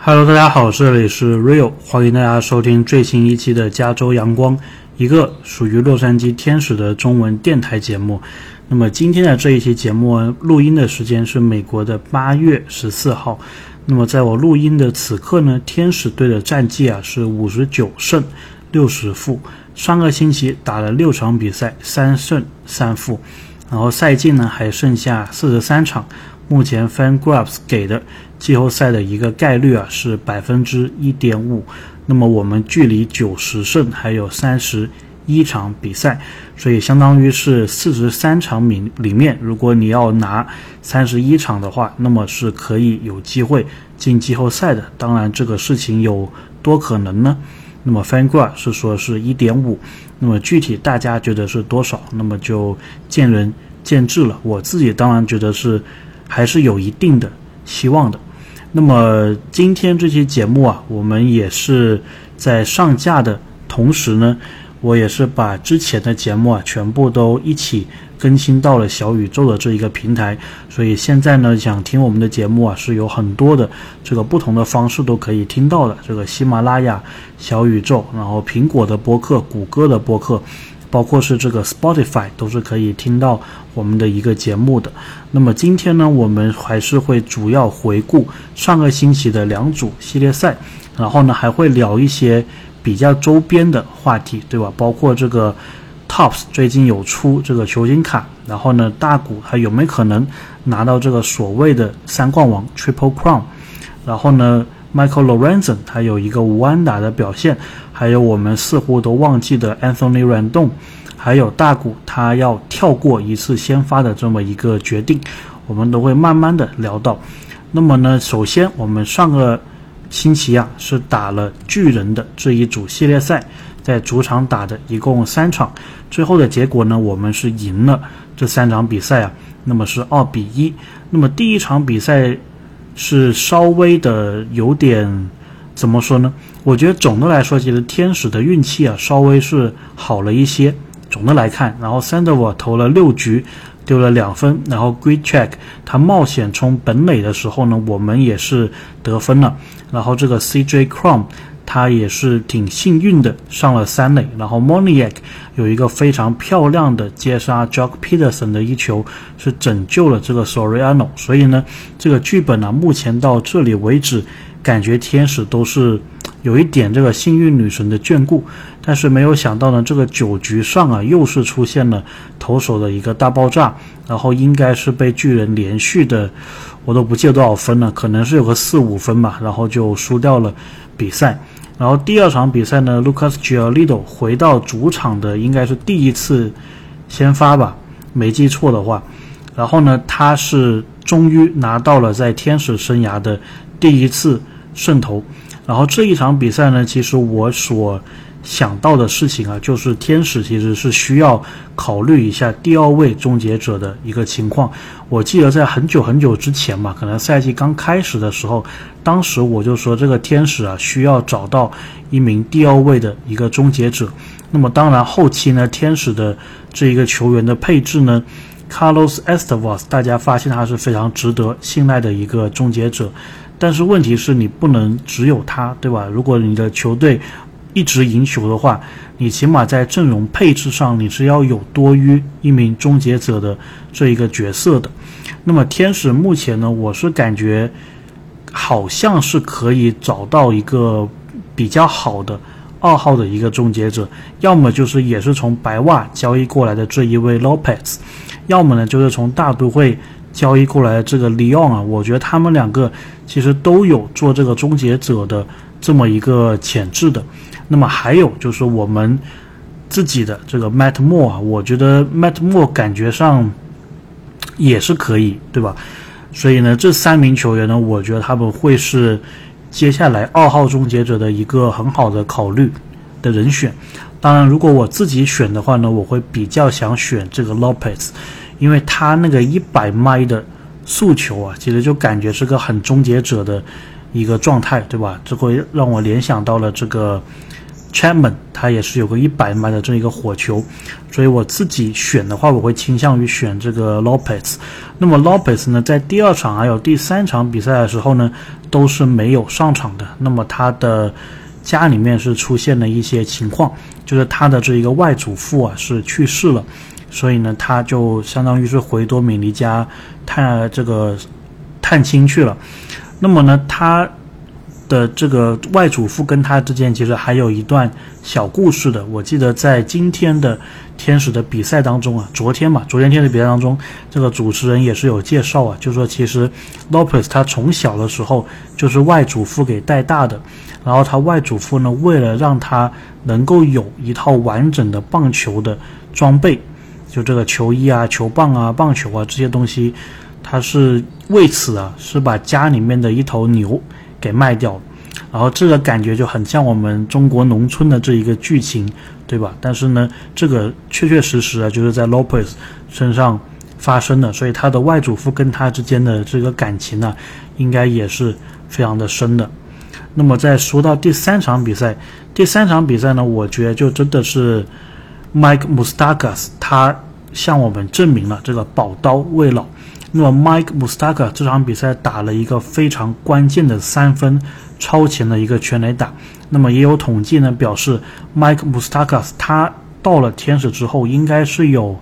Hello， 大家好，这里是 Rio， 欢迎大家收听最新一期的加州阳光，一个属于洛杉矶天使的中文电台节目。那么今天的这一期节目录音的时间是美国的8月14号。那么在我录音的此刻呢，天使队的战绩是59胜60负，上个星期打了6场比赛，3胜3负，然后赛季呢还剩下43场。目前 FanGraphs 给的季后赛的一个概率是 1.5%， 那么我们距离90胜还有31场比赛，所以相当于是43场里面，如果你要拿31场的话，那么是可以有机会进季后赛的。当然这个事情有多可能呢？那么 FanGraphs 是说是 1.5%， 那么具体大家觉得是多少，那么就见仁见智了。我自己当然觉得是还是有一定的希望的。那么今天这期节目我们也是在上架的同时呢，我也是把之前的节目全部都一起更新到了小宇宙的这一个平台，所以现在呢，想听我们的节目是有很多的这个不同的方式都可以听到的，这个喜马拉雅、小宇宙，然后苹果的播客、谷歌的播客，包括是这个 Spotify 都是可以听到我们的一个节目的。那么今天呢，我们还是会主要回顾上个星期的2组系列赛，然后呢还会聊一些比较周边的话题，对吧？包括这个 Tops 最近有出这个球星卡，然后呢大谷还有没有可能拿到这个所谓的3冠王 Triple Crown， 然后呢Michael Lorenzen 他有一个无安打的表现，还有我们似乎都忘记的 Anthony Rendon， 还有大谷他要跳过一次先发的这么一个决定，我们都会慢慢的聊到。那么呢，首先我们上个星期是打了巨人的这一组系列赛，在主场打的一共3场，最后的结果呢，我们是赢了这3场比赛那么是2-1。那么第一场比赛是稍微的有点怎么说呢，我觉得总的来说其实天使的运气稍微是好了一些，总的来看。然后 Sandoval 投了6局丢了2分，然后 Grichuk 他冒险冲本垒的时候呢，我们也是得分了，然后这个 CJ Cron 他也是挺幸运的上了3垒，然后 Moniak 有一个非常漂亮的接杀 Jock Peterson 的一球，是拯救了这个 Soriano。 所以呢，这个剧本目前到这里为止，感觉天使都是有一点这个幸运女神的眷顾，但是没有想到呢，这个9局上又是出现了投手的一个大爆炸，然后应该是被巨人连续的，我都不记得多少分了，可能是有个4-5分吧，然后就输掉了比赛。然后第2场比赛呢 Lucas Giolito 回到主场的应该是第一次先发吧，没记错的话，然后呢他是终于拿到了在天使生涯的第一次胜投。然后这一场比赛呢，其实我所想到的事情就是天使其实是需要考虑一下第2位终结者的一个情况。我记得在很久很久之前嘛，可能赛季刚开始的时候，当时我就说这个天使需要找到一名第2位的一个终结者。那么当然后期呢，天使的这一个球员的配置呢， Carlos Estevas 大家发现他是非常值得信赖的一个终结者，但是问题是你不能只有他，对吧？如果你的球队一直赢球的话，你起码在阵容配置上你是要有多于一名终结者的这一个角色的。那么天使目前呢，我是感觉好像是可以找到一个比较好的2号的一个终结者，要么就是也是从白袜交易过来的这一位 Lopez， 要么呢就是从大都会交易过来的这个 Leon 我觉得他们2个其实都有做这个终结者的这么一个潜质的。那么还有就是我们自己的这个 Matt Moore 我觉得 Matt Moore 感觉上也是可以，对吧？所以呢，这3名球员呢，我觉得他们会是接下来2号终结者的一个很好的考虑的人选。当然如果我自己选的话呢，我会比较想选这个 Lopez， 因为他那个100迈的速球其实就感觉是个很终结者的一个状态，对吧？这会让我联想到了这个 Chapman 他也是有个100码的这一个火球，所以我自己选的话，我会倾向于选这个 Lopez。那么 Lopez 呢，在第2场还有第3场比赛的时候呢，都是没有上场的。那么他的家里面是出现了一些情况，就是他的这一个外祖父啊是去世了，所以呢，他就相当于是回多米尼加探亲去了。那么呢，他的这个外祖父跟他之间其实还有一段小故事的。我记得在今天的天使的比赛当中啊，昨天天使比赛当中，这个主持人也是有介绍啊，就说其实 Lopez 他从小的时候就是外祖父给带大的，然后他外祖父呢，为了让他能够有一套完整的棒球的装备，就这个球衣啊、球棒啊、棒球啊这些东西，他是为此啊，是把家里面的一头牛给卖掉了。然后这个感觉就很像我们中国农村的这一个剧情，对吧？但是呢，这个确确实实啊，就是在 Lopez 身上发生的，所以他的外祖父跟他之间的这个感情呢，应该也是非常的深的。那么再说到第3场比赛呢，我觉得就真的是 Mike Moustakas 他向我们证明了这个宝刀未老。那么 Mike Moustakas 这场比赛打了一个非常关键的3分超前的一个全垒打。那么也有统计呢表示 Mike Moustakas 他到了天使之后应该是有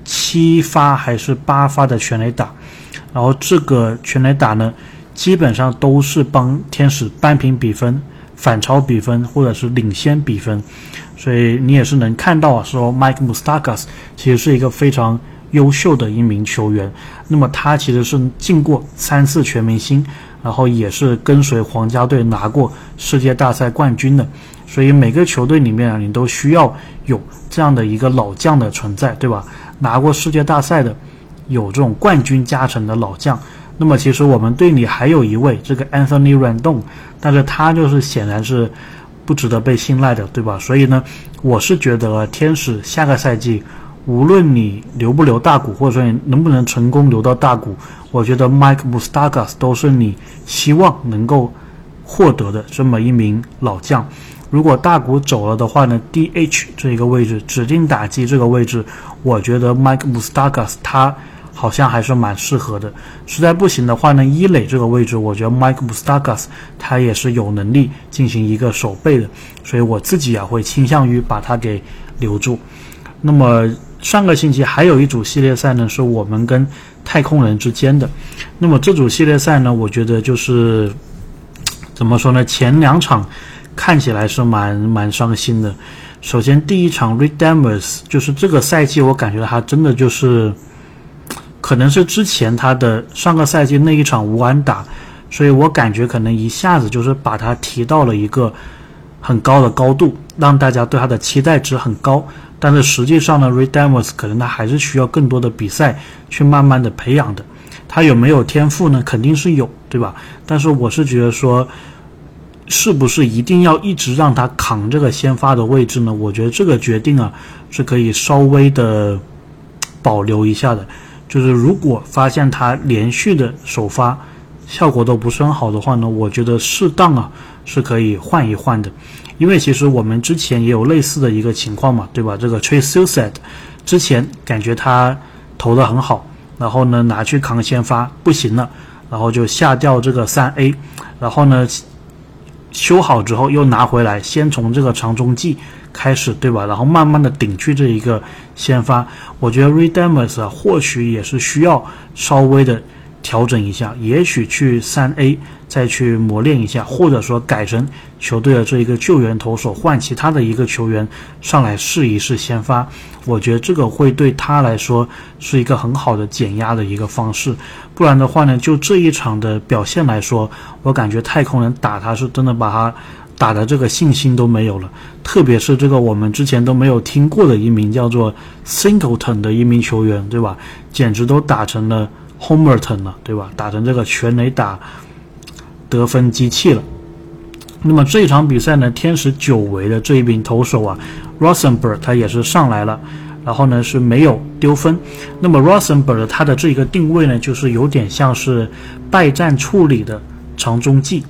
7发还是8发的全垒打，然后这个全垒打呢基本上都是帮天使扳平比分、反超比分或者是领先比分，所以你也是能看到啊，说 Mike Moustakas 其实是一个非常优秀的一名球员。那么他其实是进过3次全明星，然后也是跟随皇家队拿过世界大赛冠军的，所以每个球队里面啊，你都需要有这样的一个老将的存在，对吧？拿过世界大赛的，有这种冠军加成的老将。那么其实我们队里还有一位这个 Anthony Rendon， 但是他就是显然是不值得被信赖的，对吧？所以呢，我是觉得天使下个赛季无论你留不留大谷，或者说你能不能成功留到大谷，我觉得 Mike Moustakas 都是你希望能够获得的这么一名老将。如果大谷走了的话呢， DH 这一个位置，指定打击这个位置，我觉得 Mike Moustakas 他好像还是蛮适合的。实在不行的话呢，一垒这个位置，我觉得 Mike Moustakas 他也是有能力进行一个守备的，所以我自己啊会倾向于把他给留住。那么上个星期还有一组系列赛呢，是我们跟太空人之间的。那么这组系列赛呢，我觉得就是怎么说呢，前2场看起来是蛮伤心的。首先第1场 Reid Detmers 就是这个赛季我感觉他真的就是可能是之前他的上个赛季那一场无安打，所以我感觉可能一下子就是把他提到了一个很高的高度，让大家对他的期待值很高。但是实际上呢 Reid Detmers 可能他还是需要更多的比赛去慢慢的培养的。他有没有天赋呢？肯定是有，对吧？但是我是觉得说是不是一定要一直让他扛这个先发的位置呢？我觉得这个决定啊是可以稍微的保留一下的。就是如果发现他连续的首发效果都不是很好的话呢，我觉得适当啊是可以换一换的。因为其实我们之前也有类似的一个情况嘛，对吧？这个 Trey Silseth 之前感觉他投得很好，然后呢拿去扛先发不行了，然后就下调这个3A， 然后呢修好之后又拿回来，先从这个长中继开始，对吧？然后慢慢的顶去这一个先发。我觉得 Reid Detmers 啊，或许也是需要稍微的调整一下，也许去3A再去磨练一下，或者说改成球队的这一个救援投手，换其他的一个球员上来试一试先发。我觉得这个会对他来说是一个很好的减压的一个方式。不然的话呢，就这一场的表现来说，我感觉太空人打他是真的把他打的这个信心都没有了。特别是这个我们之前都没有听过的一名叫做 Singleton 的一名球员，对吧？简直都打成了 Homerton 了，对吧？打成这个全垒打得分机器了。那么这一场比赛呢，天使久违的这一名投手啊 Rosenberg 他也是上来了，然后呢是没有丢分。那么 Rosenberg 他的这个定位呢，就是有点像是败战处理的长中继。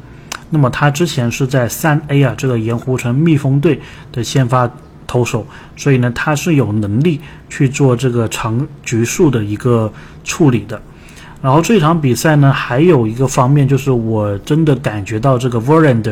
那么他之前是在3A 啊这个盐湖城蜜蜂队的先发投手，所以呢他是有能力去做这个长局数的一个处理的。然后这场比赛呢还有一个方面，就是我真的感觉到这个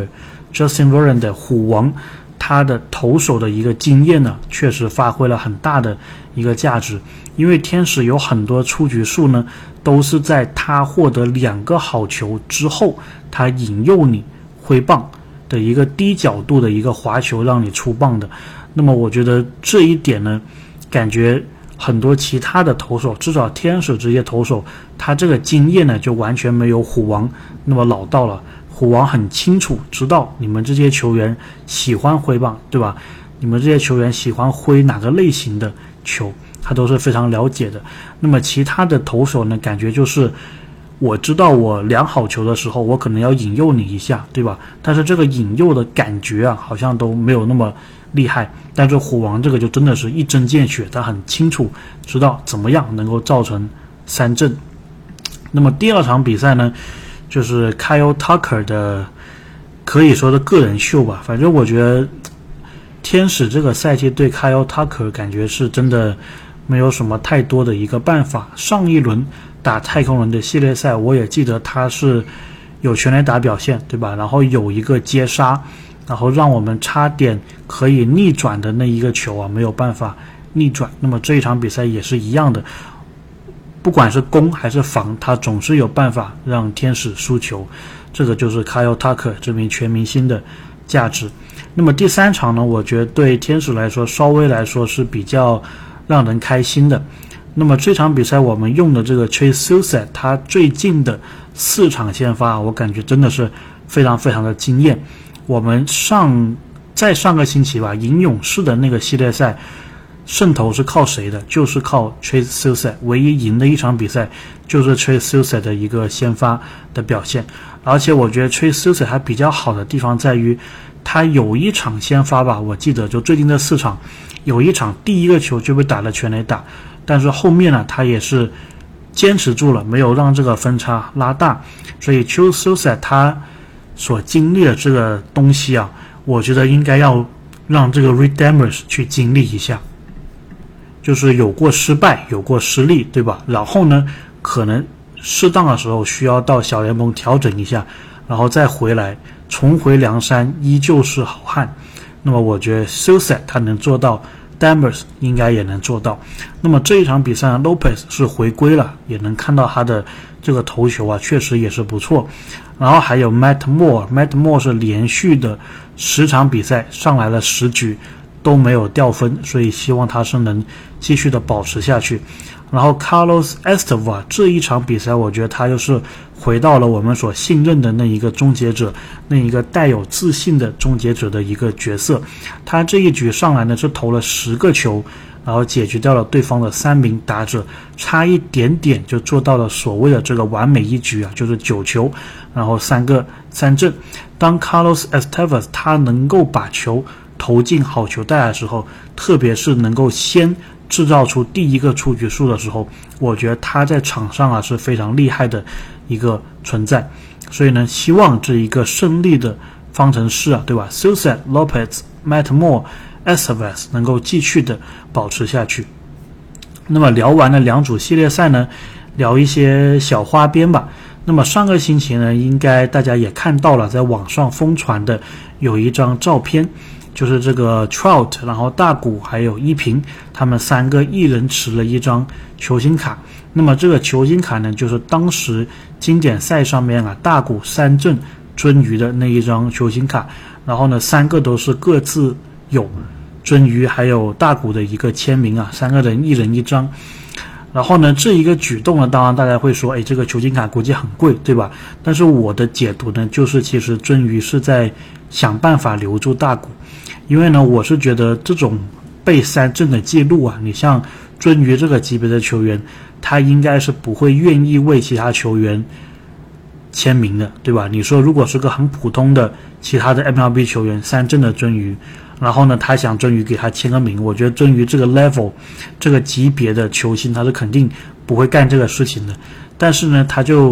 Justin Verlander 虎王他的投手的一个经验呢确实发挥了很大的一个价值。因为天使有很多出局数呢都是在他获得2个好球之后，他引诱你挥棒的一个低角度的一个滑球让你出棒的。那么我觉得这一点呢，感觉很多其他的投手，至少天使这些投手，他这个经验呢就完全没有虎王那么老道了。虎王很清楚知道你们这些球员喜欢挥棒，对吧？你们这些球员喜欢挥哪个类型的球，他都是非常了解的。那么其他的投手呢，感觉就是我知道我量好球的时候，我可能要引诱你一下，对吧？但是这个引诱的感觉啊，好像都没有那么厉害。但是虎王这个就真的是一针见血，他很清楚知道怎么样能够造成3振。那么第2场比赛呢，就是 Kyle Tucker 的可以说的个人秀吧。反正我觉得天使这个赛季对 Kyle Tucker 感觉是真的没有什么太多的一个办法。上一轮打太空人的系列赛，我也记得他是有全垒打表现，对吧？然后有一个接杀，然后让我们差点可以逆转的那一个球啊，没有办法逆转。那么这一场比赛也是一样的，不管是攻还是防，他总是有办法让天使输球。这个就是 Kyle Tucker 这名全明星的价值。那么第3场呢，我觉得对天使来说稍微来说是比较让人开心的。那么这场比赛我们用的这个 Chase Suzette， 他最近的4场先发，我感觉真的是非常非常的惊艳。我们在上个星期吧，赢勇士的那个系列赛，胜投是靠谁的？就是靠 Chase Suzette， 唯一赢的一场比赛就是 Chase Suzette 的一个先发的表现。而且我觉得 Chase Suzette 还比较好的地方在于，他有一场先发吧，我记得就最近的4场，有一场第一个球就被打了全垒打，但是后面呢，他也是坚持住了，没有让这个分差拉大。所以 Chase Suzette 他所经历的这个东西啊，我觉得应该要让这个 Reid Detmers 去经历一下，就是有过失败，有过失利，对吧？然后呢，可能适当的时候需要到小联盟调整一下，然后再回来重回梁山，依旧是好汉。那么我觉得 Suzette 他能做到， Detmers 应该也能做到。那么这一场比赛呢 Lopez 是回归了，也能看到他的这个投球啊，确实也是不错。然后还有 Matt Moore 是连续的10场比赛上来了10局都没有掉分，所以希望他是能继续的保持下去。然后 Carlos Esteva 这一场比赛，我觉得他又是回到了我们所信任的那一个终结者，那一个带有自信的终结者的一个角色。他这一局上来呢是投了10个球，然后解决掉了对方的3名打者，差一点点就做到了所谓的这个完美一局啊，就是9球，然后3个3振。当 Carlos Esteva 他能够把球投进好球带的时候，特别是能够先制造出第一个出局数的时候，我觉得他在场上啊是非常厉害的一个存在。所以呢，希望这一个胜利的方程式啊，对吧？ Suzette、Lopez、Matt Moore、Estevez 能够继续的保持下去。那么聊完了2组系列赛呢，聊一些小花边吧。那么上个星期呢，应该大家也看到了，在网上疯传的有一张照片，就是这个 Trout， 然后大谷还有一平，他们3个一人持了一张球星卡。那么这个球星卡呢，就是当时经典赛上面啊，大谷3振鳟鱼的那一张球星卡。然后呢，3个都是各自有鳟鱼还有大谷的一个签名啊，3个人一人一张。然后呢，这一个举动呢，当然大家会说，这个球星卡估计很贵，对吧？但是我的解读呢，就是其实鳟鱼是在想办法留住大谷。因为呢，我是觉得这种被3振的记录啊，你像鳟鱼这个级别的球员，他应该是不会愿意为其他球员签名的，对吧？你说如果是个很普通的其他的 MLB 球员3振的鳟鱼，然后呢他想鳟鱼给他签个名，我觉得鳟鱼这个 level 这个级别的球星他是肯定不会干这个事情的。但是呢，他就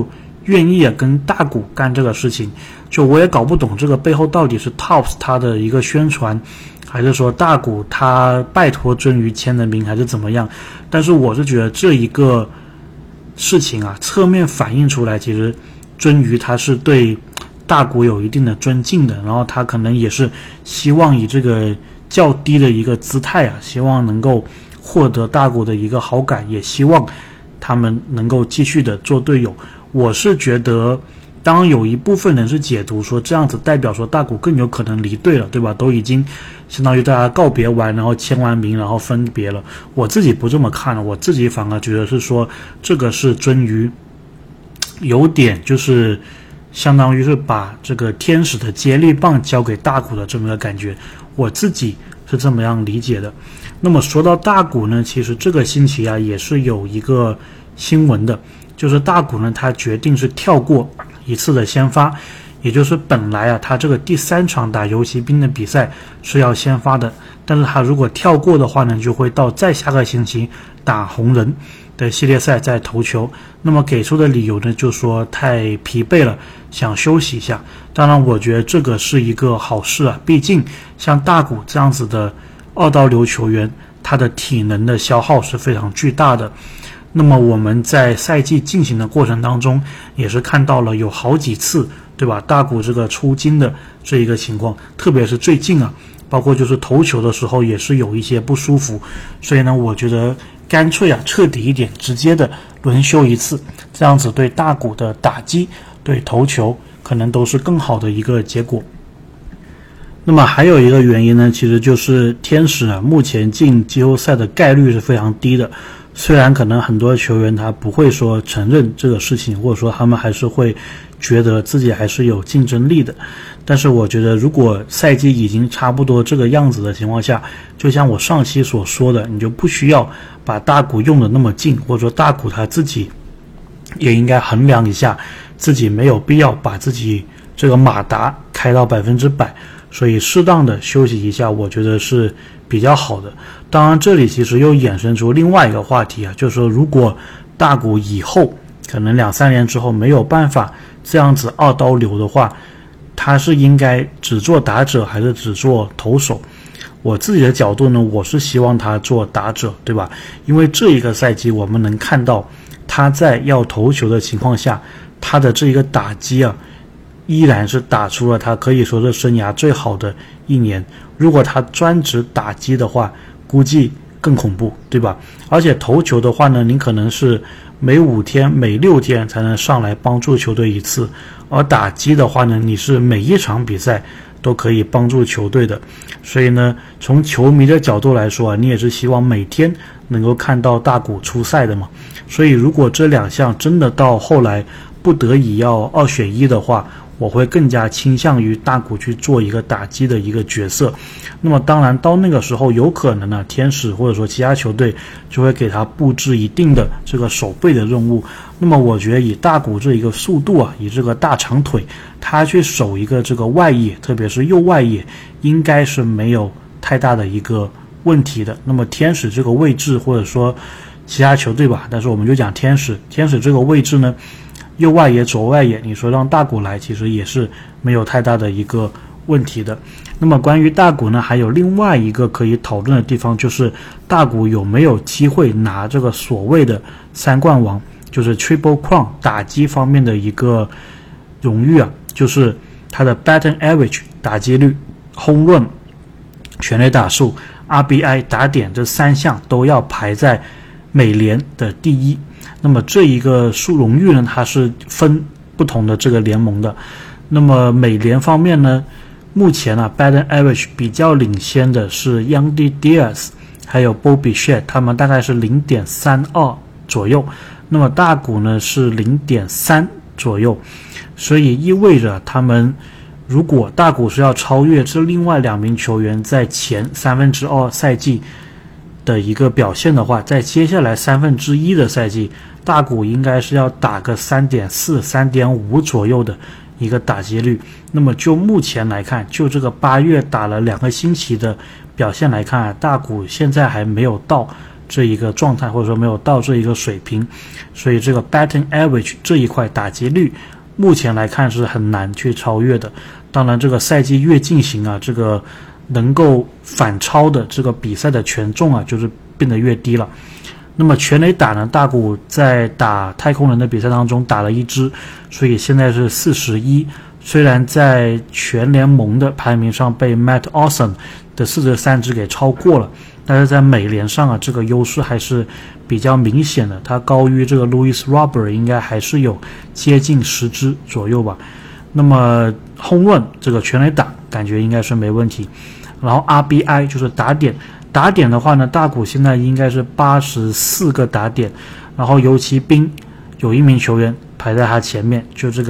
愿意跟大股干这个事情。就我也搞不懂这个背后到底是 Topps 他的一个宣传，还是说大股他拜托鳟鱼签的名，还是怎么样。但是我是觉得这一个事情啊，侧面反映出来，其实鳟鱼他是对大股有一定的尊敬的，然后他可能也是希望以这个较低的一个姿态啊，希望能够获得大股的一个好感，也希望他们能够继续的做队友。我是觉得当然有一部分人是解读说这样子代表说大股更有可能离队了，对吧？都已经相当于大家告别完，然后签完名，然后分别了。我自己不这么看了，我自己反而觉得是说这个是鳟鱼有点就是相当于是把这个天使的接力棒交给大股的这么个感觉，我自己是这么样理解的。那么说到大股呢，其实这个星期啊也是有一个新闻的，就是大股呢他决定是跳过一次的先发，也就是本来啊他这个第3场打游骑兵的比赛是要先发的，但是他如果跳过的话呢，就会到再下个星期打红人的系列赛再投球。那么给出的理由呢，就说太疲惫了，想休息一下。当然我觉得这个是一个好事啊，毕竟像大股这样子的二刀流球员，他的体能的消耗是非常巨大的。那么我们在赛季进行的过程当中也是看到了有好几次，对吧，大股这个出金的这一个情况，特别是最近啊，包括就是投球的时候也是有一些不舒服。所以呢我觉得干脆啊彻底一点，直接的轮休一次，这样子对大股的打击对投球可能都是更好的一个结果。那么还有一个原因呢，其实就是天使啊目前进季后赛的概率是非常低的。虽然可能很多球员他不会说承认这个事情，或者说他们还是会觉得自己还是有竞争力的，但是我觉得如果赛季已经差不多这个样子的情况下，就像我上期所说的，你就不需要把大股用的那么近，或者说大股他自己也应该衡量一下自己没有必要把自己这个马达开到100%，所以适当的休息一下我觉得是比较好的。当然这里其实又衍生出另外一个话题啊，就是说如果大股以后可能2-3年之后没有办法这样子二刀流的话，他是应该只做打者还是只做投手？我自己的角度呢，我是希望他做打者，对吧？因为这一个赛季我们能看到他在要投球的情况下，他的这一个打击啊依然是打出了他可以说是生涯最好的一年。如果他专职打击的话，估计更恐怖，对吧？而且投球的话呢，你可能是每5天每6天才能上来帮助球队一次，而打击的话呢，你是每一场比赛都可以帮助球队的。所以呢从球迷的角度来说啊，你也是希望每天能够看到大股出赛的嘛。所以如果这2项真的到后来不得已要2选1的话，我会更加倾向于大股去做一个打击的一个角色。那么当然到那个时候有可能呢，天使或者说其他球队就会给他布置一定的这个守备的任务。那么我觉得以大股这一个速度啊，以这个大长腿，他去守一个这个外野，特别是右外野，应该是没有太大的一个问题的。那么天使这个位置或者说其他球队吧，但是我们就讲天使这个位置呢，右外野左外野，你说让大股来其实也是没有太大的一个问题的。那么关于大股呢，还有另外一个可以讨论的地方，就是大股有没有机会拿这个所谓的3冠王，就是 Triple Crown 打击方面的一个荣誉啊，就是他的 Batting Average 打击率、Home Run 全垒打数、RBI 打点这3项都要排在美联的第1。那么这一个荣誉呢，它是分不同的这个联盟的。那么美联方面呢，目前啊 Batting Average 比较领先的是 Yandy Diaz 还有 Bo Bichette， 他们大概是 0.32 左右。那么大股呢是 0.3 左右，所以意味着他们如果大股是要超越这另外2名球员在前2/3赛季的一个表现的话，在接下来1/3的赛季，大股应该是要打个 3.4 3.5 左右的一个打击率。那么就目前来看，就这个8月打了2个星期的表现来看啊，大股现在还没有到这一个状态，或者说没有到这一个水平，所以这个 batting average 这一块打击率目前来看是很难去超越的。当然这个赛季越进行啊，这个能够反超的这个比赛的权重啊就是变得越低了。那么全垒打呢，大谷在打太空人的比赛当中打了1支，所以现在是41，虽然在全联盟的排名上被 Matt Olson 的43支给超过了，但是在美联上啊，这个优势还是比较明显的，它高于这个 Luis Robert 应该还是有接近10支左右吧。那么home run这个全垒打感觉应该是没问题，然后 RBI 就是打点的话呢，大谷现在应该是84个打点，然后游骑兵有一名球员排在他前面，就这个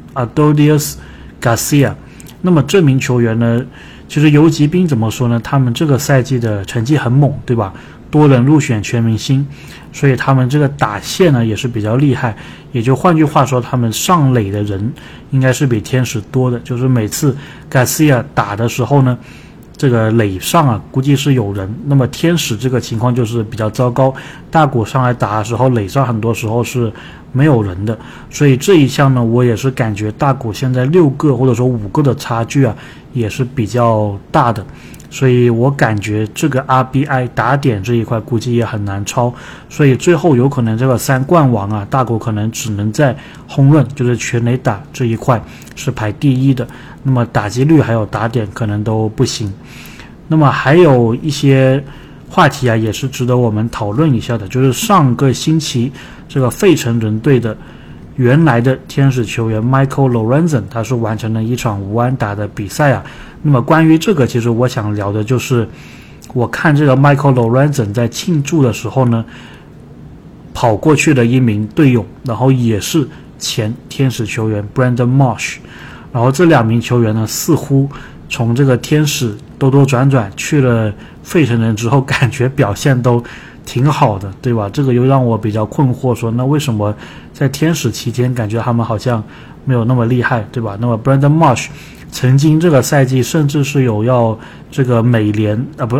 Adolis Garcia。那么这名球员呢，其实游骑兵怎么说呢，他们这个赛季的成绩很猛，对吧？多人入选全明星，所以他们这个打线呢也是比较厉害，也就换句话说，他们上垒的人应该是比天使多的，就是每次 Garcia 打的时候呢，这个垒上啊估计是有人，那么天使这个情况就是比较糟糕，大谷上来打的时候垒上很多时候是没有人的，所以这一项呢我也是感觉大谷现在6个或者说5个的差距啊也是比较大的，所以我感觉这个 RBI 打点这一块估计也很难超，所以最后有可能这个3冠王啊，大谷可能只能在home run就是全垒打这一块是排第1的，那么打击率还有打点可能都不行。那么还有一些话题啊也是值得我们讨论一下的，就是上个星期这个费城人队的原来的天使球员 Michael Lorenzen 他是完成了一场无安打的比赛啊。那么关于这个其实我想聊的就是我看这个 Michael Lorenzen 在庆祝的时候呢，跑过去的一名队友，然后也是前天使球员 Brandon Marsh， 然后这2名球员呢似乎从这个天使兜兜转转去了费城人之后，感觉表现都挺好的，对吧？这个又让我比较困惑，说那为什么在天使期间感觉他们好像没有那么厉害，对吧？那么 Brandon Marsh 曾经这个赛季甚至是有要这个美联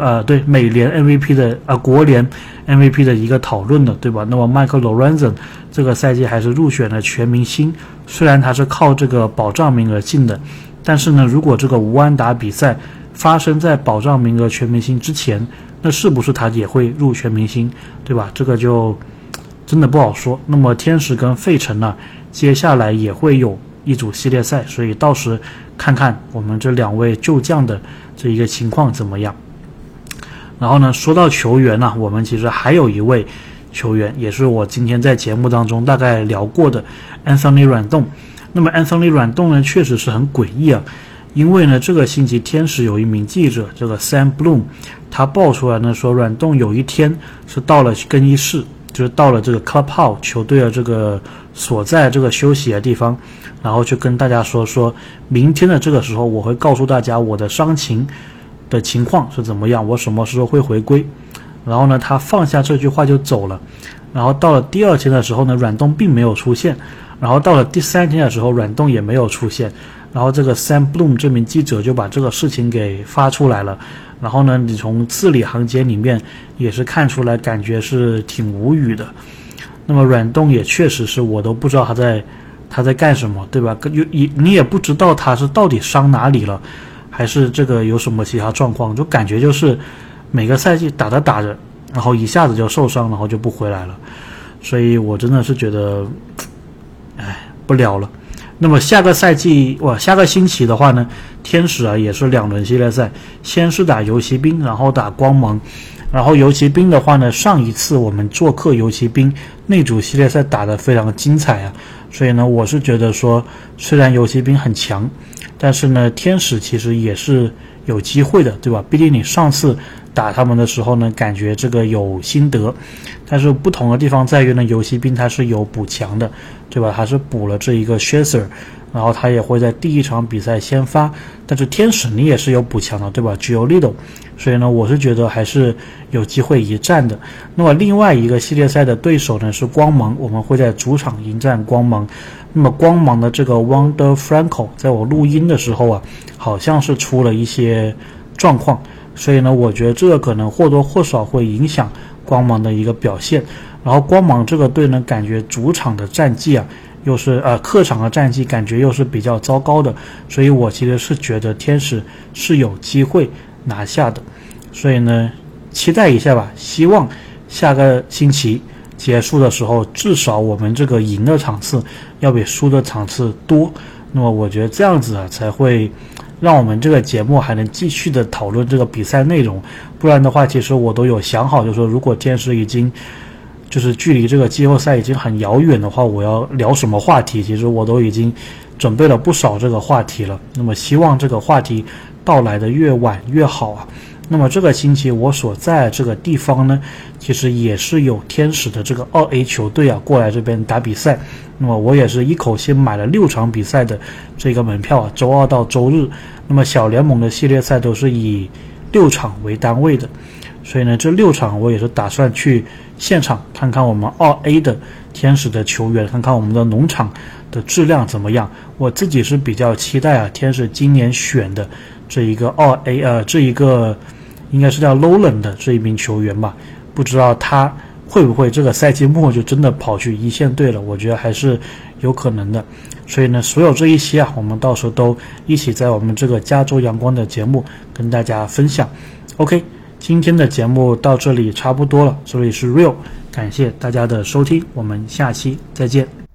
MVP 的国联 MVP 的一个讨论的，对吧？那么 Michael Lorenzen 这个赛季还是入选了全明星，虽然他是靠这个保障名额进的，但是呢，如果这个无安打比赛发生在保障名额全明星之前，那是不是他也会入全明星，对吧？这个就真的不好说。那么天使跟费城呢，接下来也会有一组系列赛，所以到时看看我们这2位旧将的这一个情况怎么样。然后呢，说到球员呢，我们其实还有一位球员，也是我今天在节目当中大概聊过的 Anthony 软动。那么 Anthony 软动呢，确实是很诡异啊，因为呢，这个星期天使有一名记者，这个 Sam Bloom， 他爆出来呢说，软动有一天是到了更衣室，就是到了这个 clubhouse 球队的这个所在这个休息的地方，然后去跟大家说明天的这个时候我会告诉大家我的伤情的情况是怎么样，我什么时候会回归。然后呢，他放下这句话就走了。然后到了第2天的时候呢，软动并没有出现。然后到了第3天的时候，软动也没有出现。然后这个 Sam Bloom 这名记者就把这个事情给发出来了。然后呢，你从字里行间里面也是看出来，感觉是挺无语的。那么软动也确实是我都不知道他在干什么，对吧？你也不知道他是到底伤哪里了，还是这个有什么其他状况，就感觉就是每个赛季打着打着，然后一下子就受伤，然后就不回来了。所以我真的是觉得不聊了。那么下个星期的话呢，天使啊也是2轮系列赛，先是打游骑兵，然后打光芒。然后游骑兵的话呢，上一次我们做客游骑兵那组系列赛打得非常精彩啊，所以呢，我是觉得说，虽然游骑兵很强，但是呢，天使其实也是有机会的，对吧？毕竟你上次打他们的时候呢，感觉这个有心得，但是不同的地方在于呢，游骑兵它是有补强的，对吧？它是补了这一个 Scherzer， 然后他也会在第1场比赛先发，但是天使你也是有补强的，对吧 ？Giolito， 所以呢，我是觉得还是有机会一战的。那么另外一个系列赛的对手呢是光芒，我们会在主场迎战光芒。那么光芒的这个 Wander Franco， 在我录音的时候啊，好像是出了一些状况。 所以呢，我觉得这个可能或多或少会影响光芒的一个表现。然后光芒这个队呢，感觉主场的战绩又是客场的战绩感觉又是比较糟糕的，所以我其实是觉得天使是有机会拿下的。所以呢，期待一下吧，希望下个星期结束的时候，至少我们这个赢的场次要比输的场次多。那么我觉得这样子才会让我们这个节目还能继续的讨论这个比赛内容。不然的话，其实我都有想好，就是说如果天使已经就是距离这个季后赛已经很遥远的话，我要聊什么话题，其实我都已经准备了不少这个话题了。那么希望这个话题到来的越晚越好那么这个星期我所在这个地方呢，其实也是有天使的这个2A 球队过来这边打比赛。那么我也是一口气买了6场比赛的这个门票周二到周日。那么小联盟的系列赛都是以6场为单位的，所以呢，这6场我也是打算去现场看看我们2A 的天使的球员，看看我们的农场的质量怎么样。我自己是比较期待天使今年选的这一个2A 这一个应该是叫 Nolan 的这一名球员吧，不知道他会不会这个赛季末就真的跑去一线队了，我觉得还是有可能的。所以呢，所有这一些我们到时候都一起在我们这个加州阳光的节目跟大家分享。 OK， 今天的节目到这里差不多了，这里是 Real， 感谢大家的收听，我们下期再见。